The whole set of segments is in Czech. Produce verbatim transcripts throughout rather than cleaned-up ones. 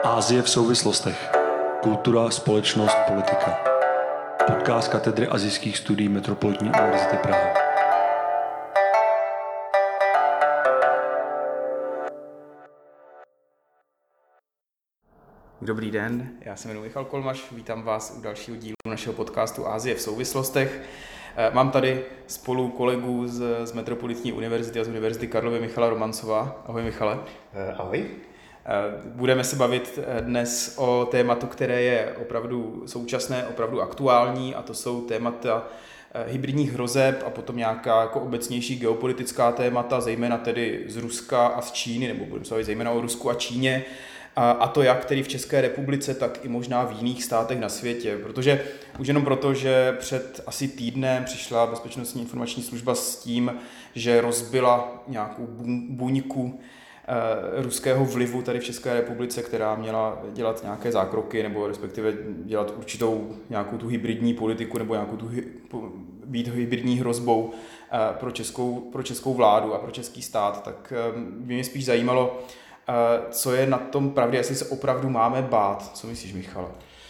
Asie v souvislostech. Kultura, společnost, politika. Podcast katedry asijských studií Metropolitní univerzity Praha. Dobrý den, já se jmenuji Michal Kolmaš, vítám vás u dalšího dílu našeho podcastu Asie v souvislostech. Mám tady spolu kolegů z, z Metropolitní univerzity a z Univerzity Karlovy Michala Romancova. Ahoj Michale. Ahoj. Budeme se bavit dnes o tématu, které je opravdu současné, opravdu aktuální, a to jsou témata hybridních hrozeb a potom nějaká jako obecnější geopolitická témata, zejména tedy z Ruska a z Číny, nebo budeme se bavit zejména o Rusku a Číně. A to jak tedy v České republice, tak i možná v jiných státech na světě. Protože už jenom proto, že před asi týdnem přišla Bezpečnostní informační služba s tím, že rozbila nějakou buňku eh, ruského vlivu tady v České republice, která měla dělat nějaké zákroky nebo respektive dělat určitou nějakou tu hybridní politiku nebo nějakou tu být hybridní hrozbou eh, pro, českou, pro českou vládu a pro český stát, tak eh, by mě spíš zajímalo, co je na tom pravdy, jestli se opravdu máme bát. Co myslíš, Michale?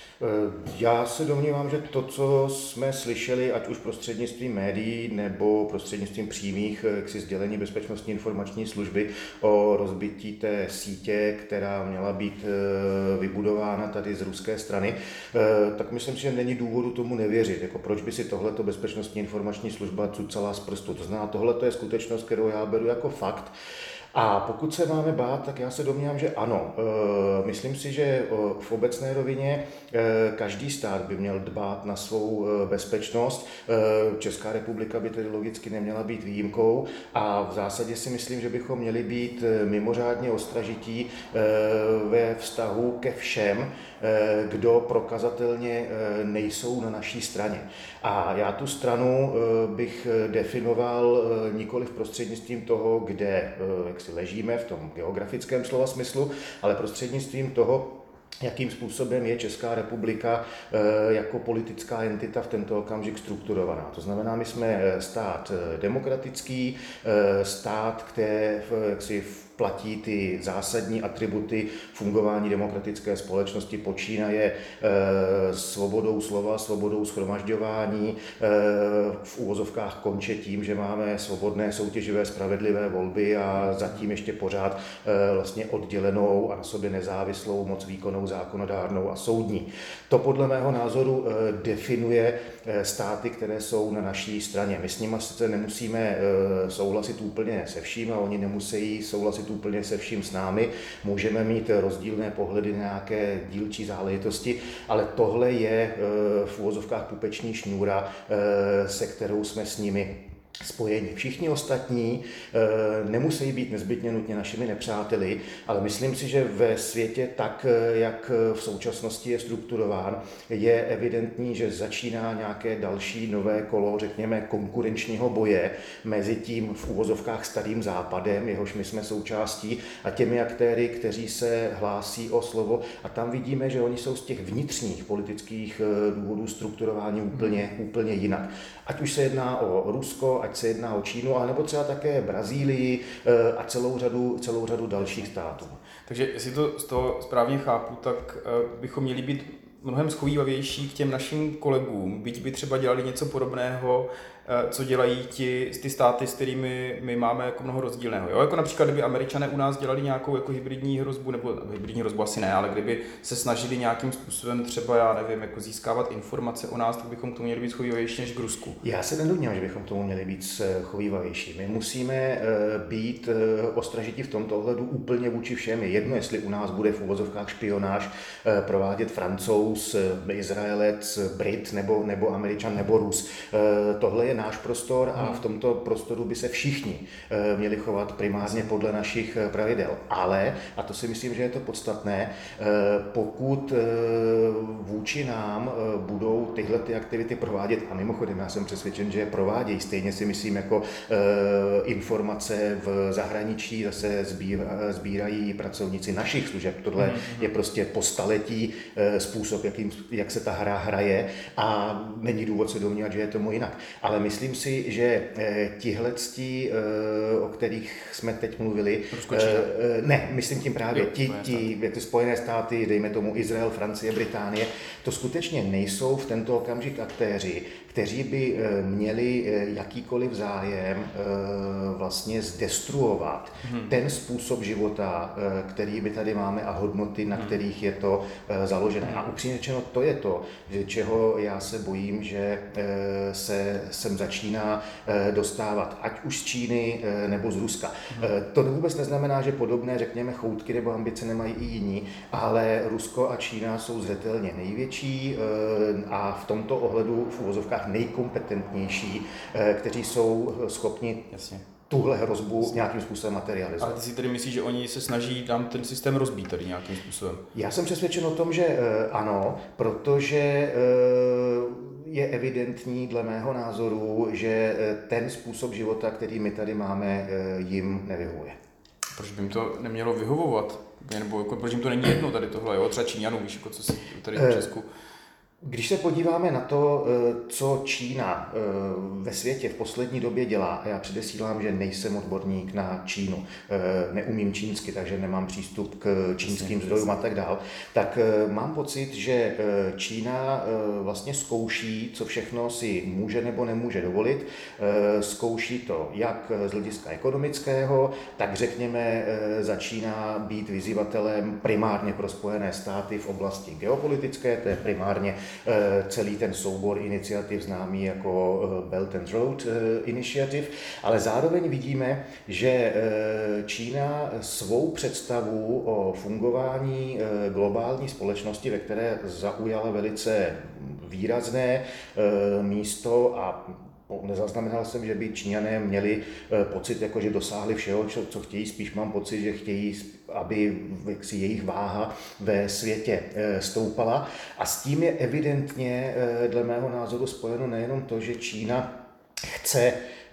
Já se domnívám, že to, co jsme slyšeli, ať už prostřednictvím médií nebo prostřednictvím přímých jaksi sdělení Bezpečnostní informační služby o rozbití té sítě, která měla být vybudována tady z ruské strany, tak myslím si, že není důvodu tomu nevěřit. Jako proč by si tohleto Bezpečnostní informační služba cucala z prstu? To znamená, tohleto je skutečnost, kterou já beru jako fakt. A pokud se máme bát, tak já se domnívám, že ano. Myslím si, že v obecné rovině každý stát by měl dbát na svou bezpečnost. Česká republika by tedy logicky neměla být výjimkou a v zásadě si myslím, že bychom měli být mimořádně ostražití ve vztahu ke všem, kdo prokazatelně nejsou na naší straně. A já tu stranu bych definoval nikoli v prostřednictvím toho, kde jak si ležíme v tom geografickém slova smyslu, ale prostřednictvím toho, jakým způsobem je Česká republika jako politická entita v tento okamžik strukturovaná. To znamená, my jsme stát demokratický, stát, který jaksi platí ty zásadní atributy fungování demokratické společnosti, počínaje e, svobodou slova, svobodou shromažďování, e, v úvozovkách konče tím, že máme svobodné, soutěživé, spravedlivé volby a zatím ještě pořád e, vlastně oddělenou a na sobě nezávislou moc výkonnou, zákonodárnou a soudní. To podle mého názoru e, definuje e, státy, které jsou na naší straně. My s nimi sice nemusíme e, souhlasit úplně se vším a oni nemusí souhlasit úplně se vším s námi, můžeme mít rozdílné pohledy na nějaké dílčí záležitosti, ale tohle je v uvozovkách pupeční šňůra, se kterou jsme s nimi spojení. Všichni ostatní e, nemusí být nezbytně nutně našimi nepřáteli, ale myslím si, že ve světě tak, jak v současnosti je strukturován, je evidentní, že začíná nějaké další nové kolo, řekněme, konkurenčního boje mezi tím v uvozovkách starým západem, jehož my jsme součástí, a těmi aktéry, kteří se hlásí o slovo. A tam vidíme, že oni jsou z těch vnitřních politických důvodů strukturování úplně, úplně jinak. Ať už se jedná o Rusko, ať se jedná o Čínu, ale nebo třeba také Brazílii a celou řadu, celou řadu dalších států. Takže jestli to z toho správně chápu, tak bychom měli být mnohem schovývavější k těm našim kolegům, byť by třeba dělali něco podobného, co dělají ti, ty státy, s kterými my máme jako mnoho rozdílného. Jo? Jako například, kdyby Američané u nás dělali nějakou jako hybridní hrozbu, nebo hybridní hrozbu asi ne, ale kdyby se snažili nějakým způsobem třeba, já nevím, jako získávat informace o nás, tak bychom k tomu měli být schovývavější než k Rusku. Já se nedomnívám, že bychom k tomu měli být schovývavější. My musíme být ostražití v tomto ohledu úplně vůči všem. Je jedno, jestli u nás bude v uvozovkách špionáž provádět Francouz, Izraelec, Brit nebo, nebo Američan nebo Rus. Tohle je náš prostor a v tomto prostoru by se všichni měli chovat primárně podle našich pravidel. Ale, a to si myslím, že je to podstatné, pokud vůči nám budou tyhle ty aktivity provádět, a mimochodem já jsem přesvědčen, že je provádějí, stejně si myslím jako informace v zahraničí zase sbírají pracovníci našich služeb. Tohle je prostě po staletí způsob, způsob, jakým, jak se ta hra hraje a není důvod se domnívat, že je tomu jinak. Ale myslím si, že tihletí, o kterých jsme teď mluvili, ne, myslím tím právě ti, ti jak ty Spojené státy, dejme tomu Izrael, Francie, Británie, to skutečně nejsou v tento okamžik aktéři, kteří by měli jakýkoliv zájem vlastně zdestruovat hmm. ten způsob života, který my tady máme a hodnoty, na kterých je to založené. A upřímně řečeno, to je to, čeho já se bojím, že se sem začíná dostávat, ať už z Číny nebo z Ruska. Hmm. To vůbec neznamená, že podobné, řekněme, choutky nebo ambice nemají i jiní, ale Rusko a Čína jsou zřetelně největší a v tomto ohledu v uvozovkách nejkompetentnější, kteří jsou schopni Jasně. tuhle hrozbu Jasně. nějakým způsobem materializovat. Ale ty si tedy myslíš, že oni se snaží nám ten systém rozbít tady nějakým způsobem? Já jsem přesvědčen o tom, že ano, protože je evidentní dle mého názoru, že ten způsob života, který my tady máme, jim nevyhovuje. Proč by jim to nemělo vyhovovat? Nebo jako, proč jim to není jedno tady tohle, jo? Třeba Číňanů, víš, jako co si tady v Česku... Když se podíváme na to, co Čína ve světě v poslední době dělá, a já předesílám, že nejsem odborník na Čínu, neumím čínsky, takže nemám přístup k čínským zdrojům a tak dál, tak mám pocit, že Čína vlastně zkouší, co všechno si může nebo nemůže dovolit. Zkouší to jak z hlediska ekonomického, tak řekněme začíná být vyzývatelem primárně pro Spojené státy v oblasti geopolitické, to je primárně celý ten soubor iniciativ známý jako Belt and Road Initiative, ale zároveň vidíme, že Čína svou představu o fungování globální společnosti, ve které zaujala velice výrazné místo a nezaznamenal jsem, že by Číňané měli pocit, jako že dosáhli všeho, co, co chtějí. Spíš mám pocit, že chtějí, aby si jejich váha ve světě stoupala. A s tím je evidentně, dle mého názoru, spojeno nejenom to, že Čína chce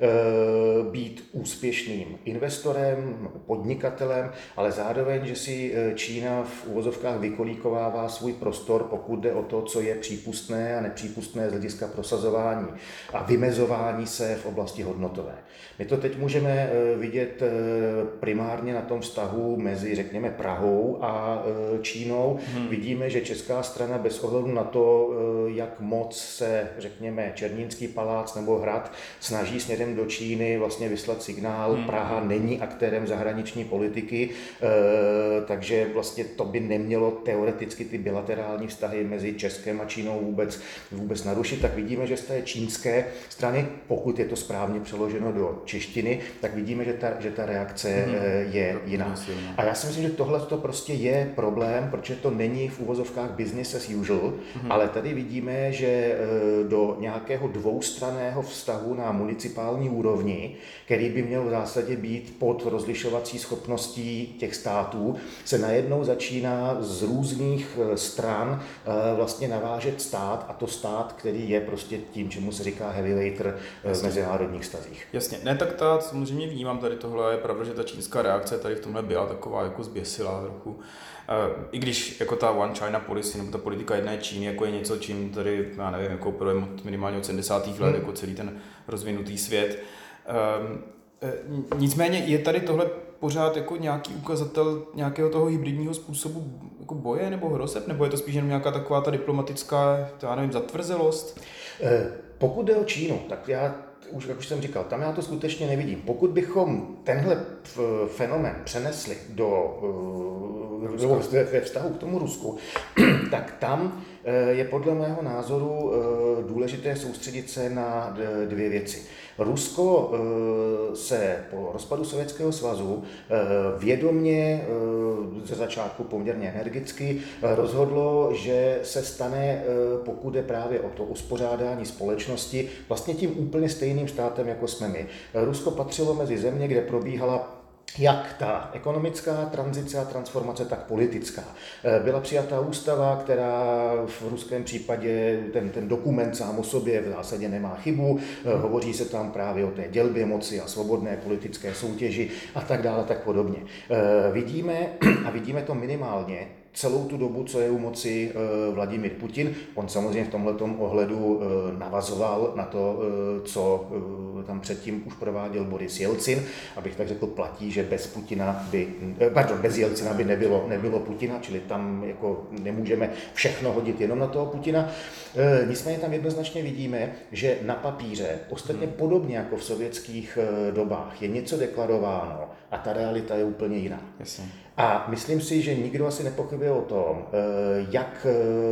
být úspěšným investorem, podnikatelem, ale zároveň, že si Čína v uvozovkách vykolíkovává svůj prostor, pokud jde o to, co je přípustné a nepřípustné z hlediska prosazování a vymezování se v oblasti hodnotové. My to teď můžeme vidět primárně na tom vztahu mezi, řekněme, Prahou a Čínou. Hmm. Vidíme, že česká strana bez ohledu na to, jak moc se, řekněme, Černínský palác nebo hrad snaží směrem do Číny vlastně vyslat signál, hmm. Praha není aktérem zahraniční politiky, e, takže vlastně to by nemělo teoreticky ty bilaterální vztahy mezi Českem a Čínou vůbec, vůbec narušit. Tak vidíme, že z té čínské strany, pokud je to správně přeloženo do češtiny, tak vidíme, že ta, že ta reakce hmm. je jiná. A já si myslím, že tohle to prostě je problém, protože to není v uvozovkách business as usual, hmm. ale tady vidíme, že do nějakého dvoustranného vztahu na municipální úrovni, který by měl v zásadě být pod rozlišovací schopností těch států, se najednou začíná z různých stran vlastně navážet stát, a to stát, který je prostě tím, čemu se říká heavyweighter v mezinárodních stazích. Jasně, ne, tak ta samozřejmě vnímám tady tohle, je pravda, že ta čínská reakce tady v tomhle byla taková jako zběsilá trochu. I když jako ta One China policy, nebo ta politika jedné Číny, jako je něco, čím tady, já nevím, jako problém od minimálně od sedmdesátých let, hmm. jako celý ten rozvinutý svět. Nicméně je tady tohle pořád jako nějaký ukazatel nějakého toho hybridního způsobu jako boje nebo hrozeb, nebo je to spíš jenom nějaká taková ta diplomatická, já nevím, zatvrzelost? Pokud jde o Čínu, tak já už, jak už jsem říkal, tam já to skutečně nevidím. Pokud bychom tenhle fenomén přenesli do, do ve vztahu k tomu Rusku, tak tam je podle mého názoru důležité soustředit se na dvě věci. Rusko se po rozpadu Sovětského svazu vědomě ze začátku poměrně energicky rozhodlo, že se stane, pokud je právě o to uspořádání společnosti, vlastně tím úplně stejným státem, jako jsme my. Rusko patřilo mezi země, kde probíhala jak ta ekonomická tranzice a transformace, tak politická. Byla přijatá ústava, která v ruském případě, ten, ten dokument sám o sobě v zásadě nemá chybu, hovoří se tam právě o té dělbě moci a svobodné politické soutěži a tak dále, tak podobně. Vidíme, a vidíme to minimálně celou tu dobu, co je u moci Vladimír Putin. On samozřejmě v tomhletom ohledu navazoval na to, co tam předtím už prováděl Boris Jelcin. Abych tak řekl, platí, že bez Putina by, pardon, bez Jelcina by nebylo, nebylo Putina, čili tam jako nemůžeme všechno hodit jenom na toho Putina. Nicméně tam jednoznačně vidíme, že na papíře, ostatně hmm. podobně jako v sovětských dobách, je něco deklarováno a ta realita je úplně jiná. Jasně. A myslím si, že nikdo asi nepochybuje o tom, jak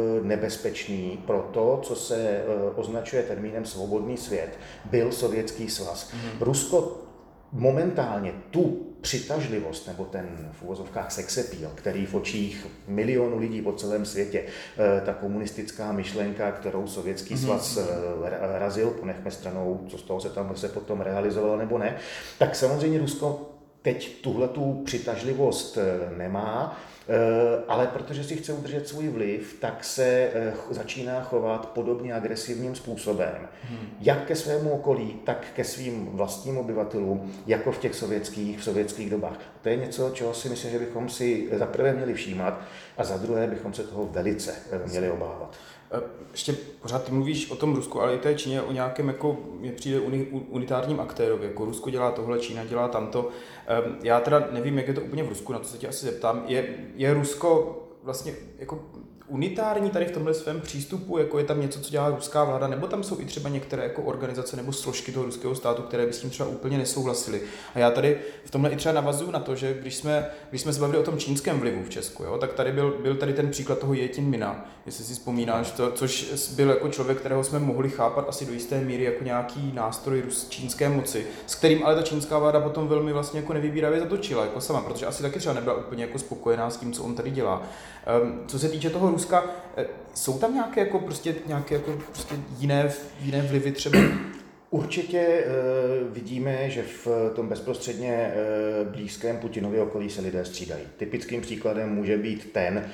nebezpečný pro to, co se označuje termínem svobodný svět, byl Sovětský svaz. Mm. Rusko momentálně tu přitažlivost nebo ten v uvozovkách sexappeal, který v očích milionů lidí po celém světě, ta komunistická myšlenka, kterou Sovětský svaz mm-hmm. razil, ponechme stranou, co z toho se tam se potom realizovalo nebo ne, tak samozřejmě Rusko teď tuhletu přitažlivost nemá, ale protože si chce udržet svůj vliv, tak se začíná chovat podobně agresivním způsobem. Hmm. Jak ke svému okolí, tak ke svým vlastním obyvatelům, jako v těch sovětských, v sovětských dobách. To je něco, čeho si myslím, že bychom si za prvé měli všímat a za druhé bychom se toho velice měli obávat. Ještě pořád ty mluvíš o tom Rusku, ale i té Číně o nějakém, jako mě přijde unitárním aktérovi, jako Rusko dělá tohle, Čína dělá tamto. Já teda nevím, jak je to úplně v Rusku, na to se tě asi zeptám. Je, je Rusko vlastně jako unitární tady v tomhle svém přístupu, jako je tam něco, co dělá ruská vláda, nebo tam jsou i třeba některé jako organizace nebo složky toho ruského státu, které by s tím třeba úplně nesouhlasily. A já tady v tomhle i třeba navazuju na to, že když jsme, když jsme se bavili o tom čínském vlivu v Česku, jo, tak tady byl, byl tady ten příklad toho Ye Jin-mina, jestli si vzpomínáš, to, což byl jako člověk, kterého jsme mohli chápat asi do jisté míry jako nějaký nástroj rus, čínské moci, s kterým ale ta čínská vláda potom velmi vlastně jako nevybíravě zatočila, jako sama, protože asi taky třeba nebyla úplně jako spokojená s tím, co on tady dělá. Um, co se týče toho Ruska, jsou tam nějaké jako prostě nějaké jako prostě jiné, jiné vlivy třeba? Určitě e, vidíme, že v tom bezprostředně e, blízkém Putinově okolí se lidé střídají. Typickým příkladem může být ten, e,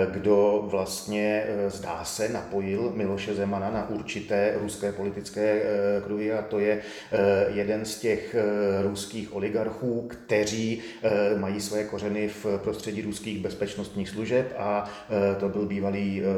kdo vlastně e, zdá se napojil Miloše Zemana na určité ruské politické e, kruhy, a to je e, jeden z těch e, ruských oligarchů, kteří e, mají své kořeny v prostředí ruských bezpečnostních služeb, a e, to byl bývalý e,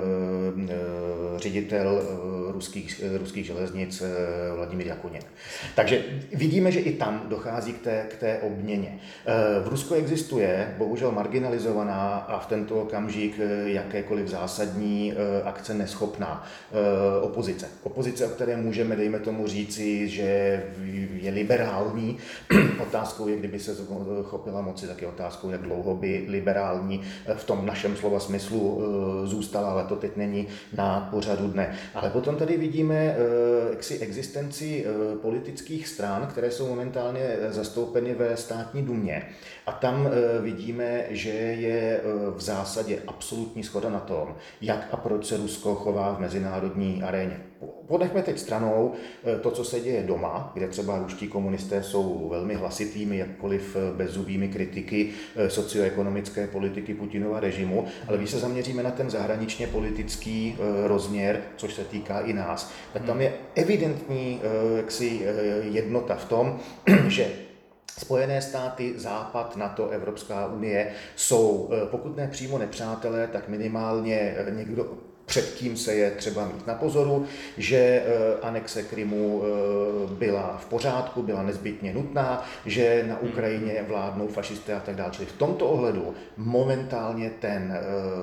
e, ředitel e, ruských, e, ruských železnic e, Vladimír Jakunin. Takže vidíme, že i tam dochází k té, k té obměně. V Rusku existuje bohužel marginalizovaná a v tento okamžik jakékoliv zásadní akce neschopná opozice. Opozice, o které můžeme, dejme tomu, říci, že je liberální. Otázkou je, kdyby se chopila moci, tak je otázkou, jak dlouho by liberální v tom našem slova smyslu zůstala, ale to teď není na pořadu dne. Ale potom tady vidíme jaksi existenci politických stran, které jsou momentálně zastoupeny ve státní dumě. A tam vidíme, že je v zásadě absolutní shoda na tom, jak a proč se Rusko chová v mezinárodní aréně. Ponechme teď stranou to, co se děje doma, kde třeba ruští komunisté jsou velmi hlasitými, jakkoliv bezzubými kritiky socioekonomické politiky Putinova režimu, ale když se zaměříme na ten zahraničně politický rozměr, což se týká i nás, tak tam je evidentní jaksi jednota v tom, že Spojené státy, Západ, NATO, Evropská unie jsou, pokud ne přímo nepřátelé, tak minimálně někdo, před kým se je třeba mít na pozoru, že anexe Krymu byla v pořádku, byla nezbytně nutná, že na Ukrajině vládnou fašisté a tak dále. Čili v tomto ohledu momentálně ten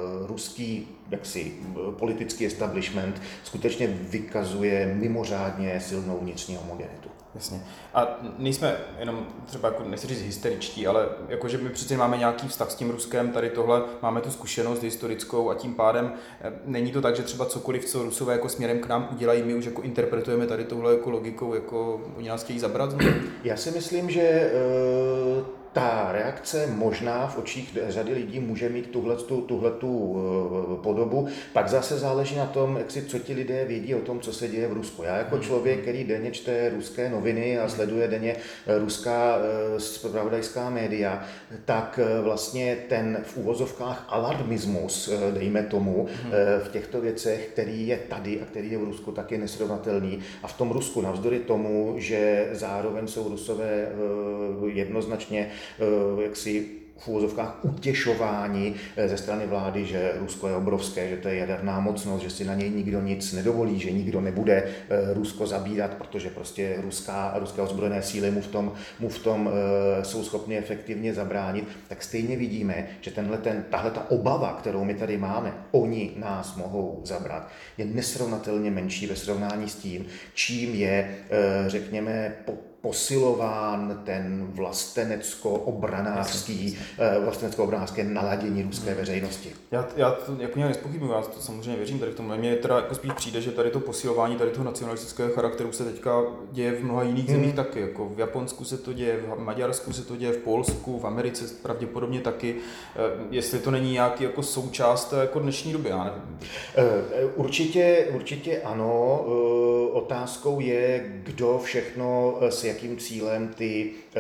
ruský jaksi, politický establishment skutečně vykazuje mimořádně silnou vnitřní homogenitu. Jasně. A nejsme jenom třeba, jako, nechci říct hysteričtí, ale jakože my přeci máme nějaký vztah s tím Ruskem, tady tohle, máme tu zkušenost historickou a tím pádem není to tak, že třeba cokoliv, co Rusové jako směrem k nám udělají, my už jako interpretujeme tady tohle jako logikou, jako oni nás chtějí zabrat? Já si myslím, že uh... ta reakce možná v očích řady lidí může mít tuhletu, tuhletu podobu, pak zase záleží na tom, jak si, co ti lidé vědí o tom, co se děje v Rusku. Já jako člověk, který denně čte ruské noviny a sleduje denně ruská zpravodajská média, tak vlastně ten v úvozovkách alarmismus, dejme tomu, v těchto věcech, který je tady a který je v Rusku, tak je nesrovnatelný. A v tom Rusku, navzdory tomu, že zároveň jsou Rusové jednoznačně jaksi v uvozovkách utěšováni ze strany vlády, že Rusko je obrovské, že to je jaderná mocnost, že si na něj nikdo nic nedovolí, že nikdo nebude Rusko zabírat, protože prostě ruská, ruské ozbrojené síly mu v tom, mu v tom jsou schopny efektivně zabránit, tak stejně vidíme, že tenhle ten, tahle ta obava, kterou my tady máme, oni nás mohou zabrat, je nesrovnatelně menší ve srovnání s tím, čím je, řekněme, posilován ten vlastenecko-obranářský, vlastenecko-obranářské naladění ruské veřejnosti. Já, já to jako nějak nezpochybnuju, já to samozřejmě věřím tady v tom. Mně teda jako spíš přijde, že tady to posilování tady toho nacionalistického charakteru se teďka děje v mnoha jiných hmm. zemích taky. Jako v Japonsku se to děje, v Maďarsku se to děje, v Polsku, v Americe pravděpodobně taky. Jestli to není nějaký jako součást jako dnešní doby, já nevím. Určitě, určitě ano. Otázkou je, kdo všechno s jakým cílem ty e,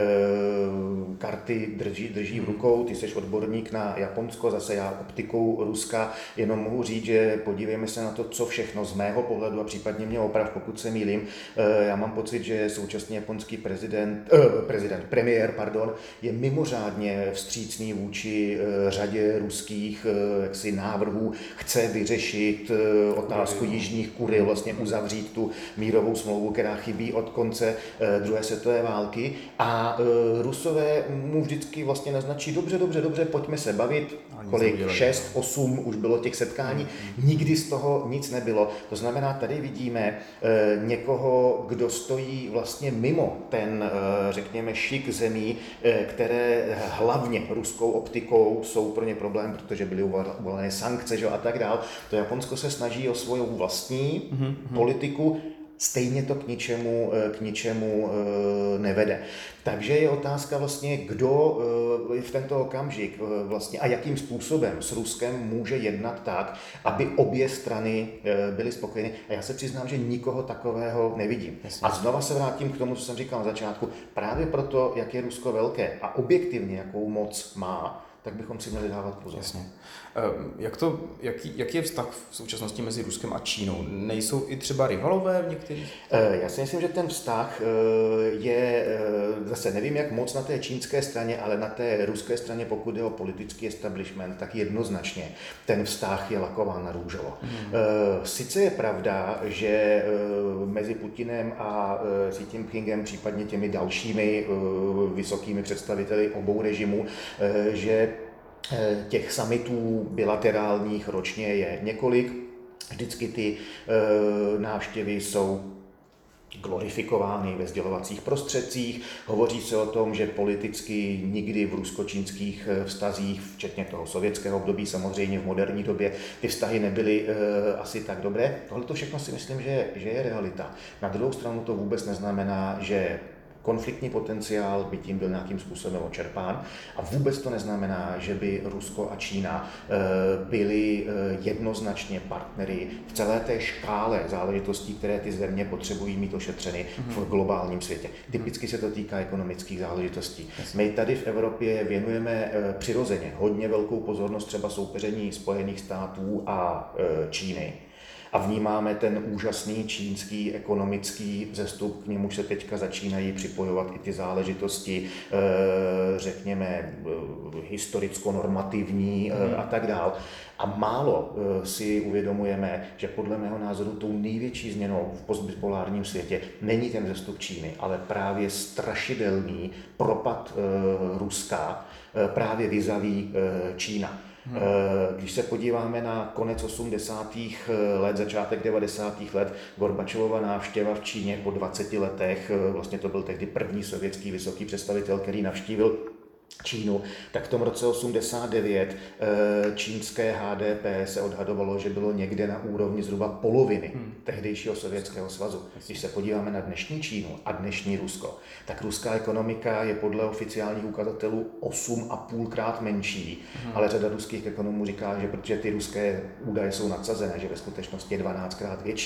karty drží, drží v rukou. Ty seš odborník na Japonsko, zase já optikou Ruska, jenom mohu říct, že podívejme se na to, co všechno z mého pohledu a případně mě oprav, pokud se mýlím. E, já mám pocit, že současný japonský prezident, e, prezident, premiér, pardon, je mimořádně vstřícný vůči e, řadě ruských e, jaksi návrhů, chce vyřešit e, otázku jižních Kuryl, vlastně uzavřít tu mírovou smlouvu, která chybí od konce e, druhé světové války a e, Rusové mu vždycky vlastně naznačí, dobře, dobře, dobře, pojďme se bavit, kolik, šest, osm už bylo těch setkání, mm. nikdy z toho nic nebylo. To znamená, tady vidíme e, někoho, kdo stojí vlastně mimo ten, e, řekněme, šik zemí, e, které hlavně ruskou optikou jsou pro ně problém, protože byly uvalené sankce, že, a tak dál. To Japonsko se snaží o svou vlastní mm. politiku, stejně to k ničemu, k ničemu nevede. Takže je otázka vlastně, kdo v tento okamžik vlastně a jakým způsobem s Ruskem může jednat tak, aby obě strany byly spokojeny. A já se přiznám, že nikoho takového nevidím. Jasně. A znova se vrátím k tomu, co jsem říkal na začátku. Právě proto, jak je Rusko velké a objektivně, jakou moc má, tak bychom si měli dávat pozor. Jasně. Jak to, jaký, jaký je vztah v současnosti mezi Ruskem a Čínou? Nejsou i třeba rivalové v některých? Já si myslím, že ten vztah je, zase nevím, jak moc na té čínské straně, ale na té ruské straně, pokud je o politický establishment, tak jednoznačně ten vztah je lakován na růžovo. Hmm. Sice je pravda, že mezi Putinem a Xi Jinpingem, případně těmi dalšími vysokými představiteli obou režimů, že těch summitů bilaterálních ročně je několik. Vždycky ty e, návštěvy jsou glorifikovány ve sdělovacích prostředcích. Hovoří se o tom, že politicky nikdy v rusko-čínských vztazích, včetně toho sovětského období, samozřejmě v moderní době, ty vztahy nebyly e, asi tak dobré. Tohle to všechno si myslím, že, že je realita. Na druhou stranu to vůbec neznamená, že konfliktní potenciál by tím byl nějakým způsobem očerpán a vůbec to neznamená, že by Rusko a Čína byli jednoznačně partnery v celé té škále záležitostí, které ty země potřebují mít ošetřeny v globálním světě. Typicky se to týká ekonomických záležitostí. My tady v Evropě věnujeme přirozeně hodně velkou pozornost třeba soupeření Spojených států a Číny. A vnímáme ten úžasný čínský ekonomický vzestup, k němuž se teďka začínají připojovat i ty záležitosti, řekněme, historicko-normativní a tak dál. A málo si uvědomujeme, že podle mého názoru tou největší změnou v postbipolárním světě není ten vzestup Číny, ale právě strašidelný propad Ruska právě vis-a-vis Čína. Hmm. Když se podíváme na konec osmdesátých let, začátek devadesátých let, Gorbačovova návštěva v Číně po dvaceti letech, vlastně to byl tehdy první sovětský vysoký představitel, který navštívil Čínu, tak v tom roce osmdesát devět čínské H D P se odhadovalo, že bylo někde na úrovni zhruba poloviny hmm. tehdejšího Sovětského svazu. Když se podíváme na dnešní Čínu a dnešní Rusko, tak ruská ekonomika je podle oficiálních ukazatelů osm a půl krát menší, hmm. ale řada ruských ekonomů říká, že protože ty ruské údaje jsou nadsazené, že ve skutečnosti je dvanáctkrát větší.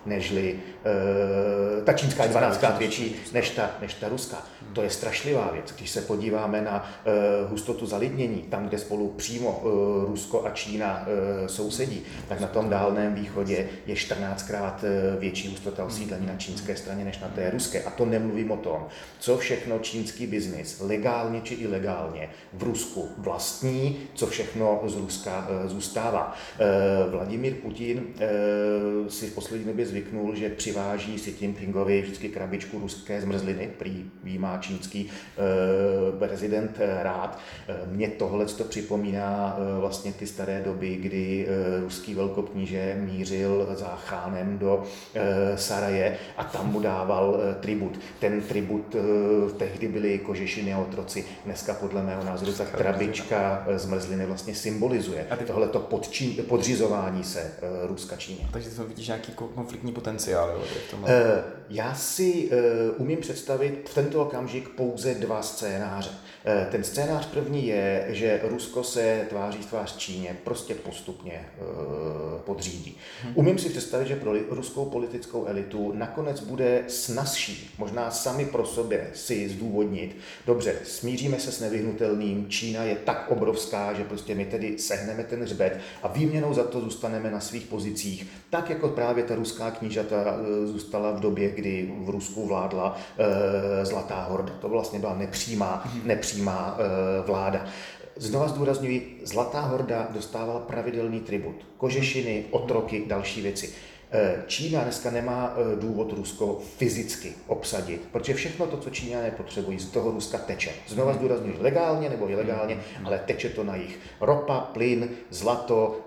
nežli, e, ta čínská je dvanáctkrát větší než ta, než ta ruská. To je strašlivá věc. Když se podíváme na e, hustotu zalidnění, tam, kde spolu přímo e, Rusko a Čína e, sousedí, tak na tom Dálném východě je čtrnáctkrát e, větší hustota osídlení na čínské straně než na té ruské. A to nemluvím o tom, co všechno čínský biznis, legálně či ilegálně, v Rusku vlastní, co všechno z Ruska e, zůstává. E, Vladimír Putin e, si v poslední době zvyknul, že přiváží Xi Jinpingovi vždycky krabičku ruské zmrzliny, prý výjimá čínský e, prezident rád. E, Mně tohle to připomíná e, vlastně ty staré doby, kdy e, ruský velkokníže mířil za chánem do e, Saraje a tam mu dával e, tribut. Ten tribut e, tehdy byli kožešiny a otroci. Dneska podle mého názoru ta krabička e, zmrzliny vlastně symbolizuje tohleto podčí, podřizování se e, Ruska Číně. Takže to vidíš nějaký konfliktní potenciál, jo? E, já si e, umím představit v tento okamžik pouze dva scénáře. E, ten scénář první je, že Rusko se tváří tvář Číně prostě postupně e, podřídí. Hmm. Umím si představit, že pro ruskou politickou elitu nakonec bude snazší, možná sami pro sobě si zdůvodnit, dobře, smíříme se s nevyhnutelným, Čína je tak obrovská, že prostě my tedy sehneme ten hřbet a výměnou za to zůstaneme na svých pozicích, tak jako právě ta ruská knížata zůstala v době, kdy v Rusku vládla e, Zlatá horda. To vlastně byla nepřímá, nepřímá e, vláda. Znova zdůrazňuji, Zlatá horda dostávala pravidelný tribut. Kožešiny, otroky, další věci. Čína dneska nemá důvod Rusko fyzicky obsadit, protože všechno to, co Číňané potřebují, z toho Ruska teče. Znova zdůrazňuji, legálně nebo ilegálně, ale teče to na jich. Ropa, plyn, zlato,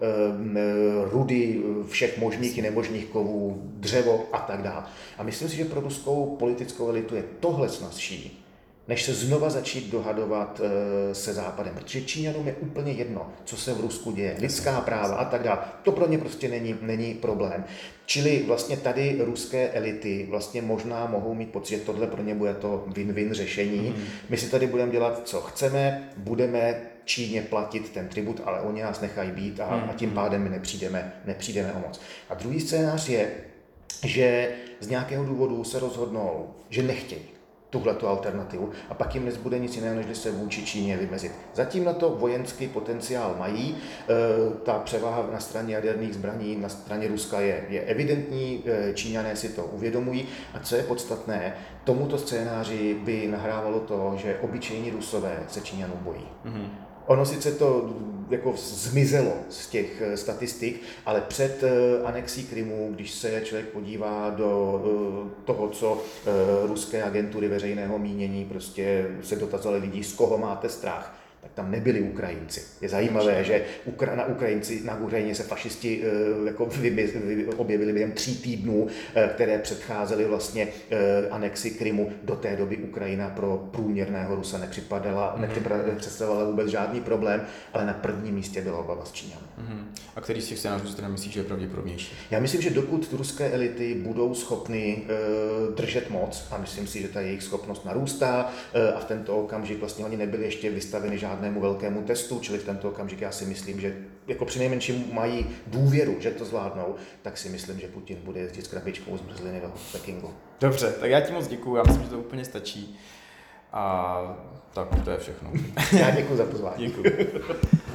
rudy všech možných i nemožných kovů, dřevo a tak dále. A myslím si, že pro ruskou politickou elitu je tohle snazší, než se znova začít dohadovat e, se Západem. Protože Číňanům je úplně jedno, co se v Rusku děje, lidská práva a tak dále. To pro ně prostě není, není problém. Čili vlastně tady ruské elity vlastně možná mohou mít pocit, že tohle pro ně bude to win-win řešení. Mm. My si tady budeme dělat, co chceme, budeme Číně platit ten tribut, ale oni nás nechají být a, mm. a tím pádem my nepřijdeme, nepřijdeme o moc. A druhý scénář je, že z nějakého důvodu se rozhodnou, že nechtějí tuhletu alternativu a pak jim nezbude nic jiného, než se vůči Číně vymezit. Zatím na to vojenský potenciál mají, e, ta převaha na straně jaderných zbraní, na straně Ruska je, je evidentní, e, Číňané si to uvědomují a co je podstatné, tomuto scénáři by nahrávalo to, že obyčejní Rusové se Číňanů bojí. Mm-hmm. Ono sice to jako zmizelo z těch statistik, ale před anexí Krymu, když se člověk podívá do toho, co ruské agentury veřejného mínění prostě se dotazovaly lidí, z koho máte strach, tak tam nebyli Ukrajinci. Je zajímavé, že na, Ukrajinci, na Ukrajině se fašisti jako objevili během tří týdnů, které předcházely vlastně anexi Krymu. Do té doby Ukrajina pro průměrného Rusa nepřipadala, mm-hmm. nepředstavovala vůbec žádný problém, ale na prvním místě byla obava z Číňanů. Mm-hmm. A který z těch scénářů jste myslíš, že je pravděpodobnější? Já myslím, že dokud ruské elity budou schopny e, držet moc, a myslím si, že ta jejich schopnost narůstá e, a v tento okamžik vlastně oni nebyli ještě vystaveni žádnému velkému testu, čili v tento okamžik já si myslím, že jako přinejmenším mají důvěru, že to zvládnou, tak si myslím, že Putin bude jezdit s krabičkou zmrzliny do Pekingu. Dobře, tak já ti moc děkuju, já myslím, že to úplně stačí. A tak to je všechno. Já děkuju za pozvání. Děkuju.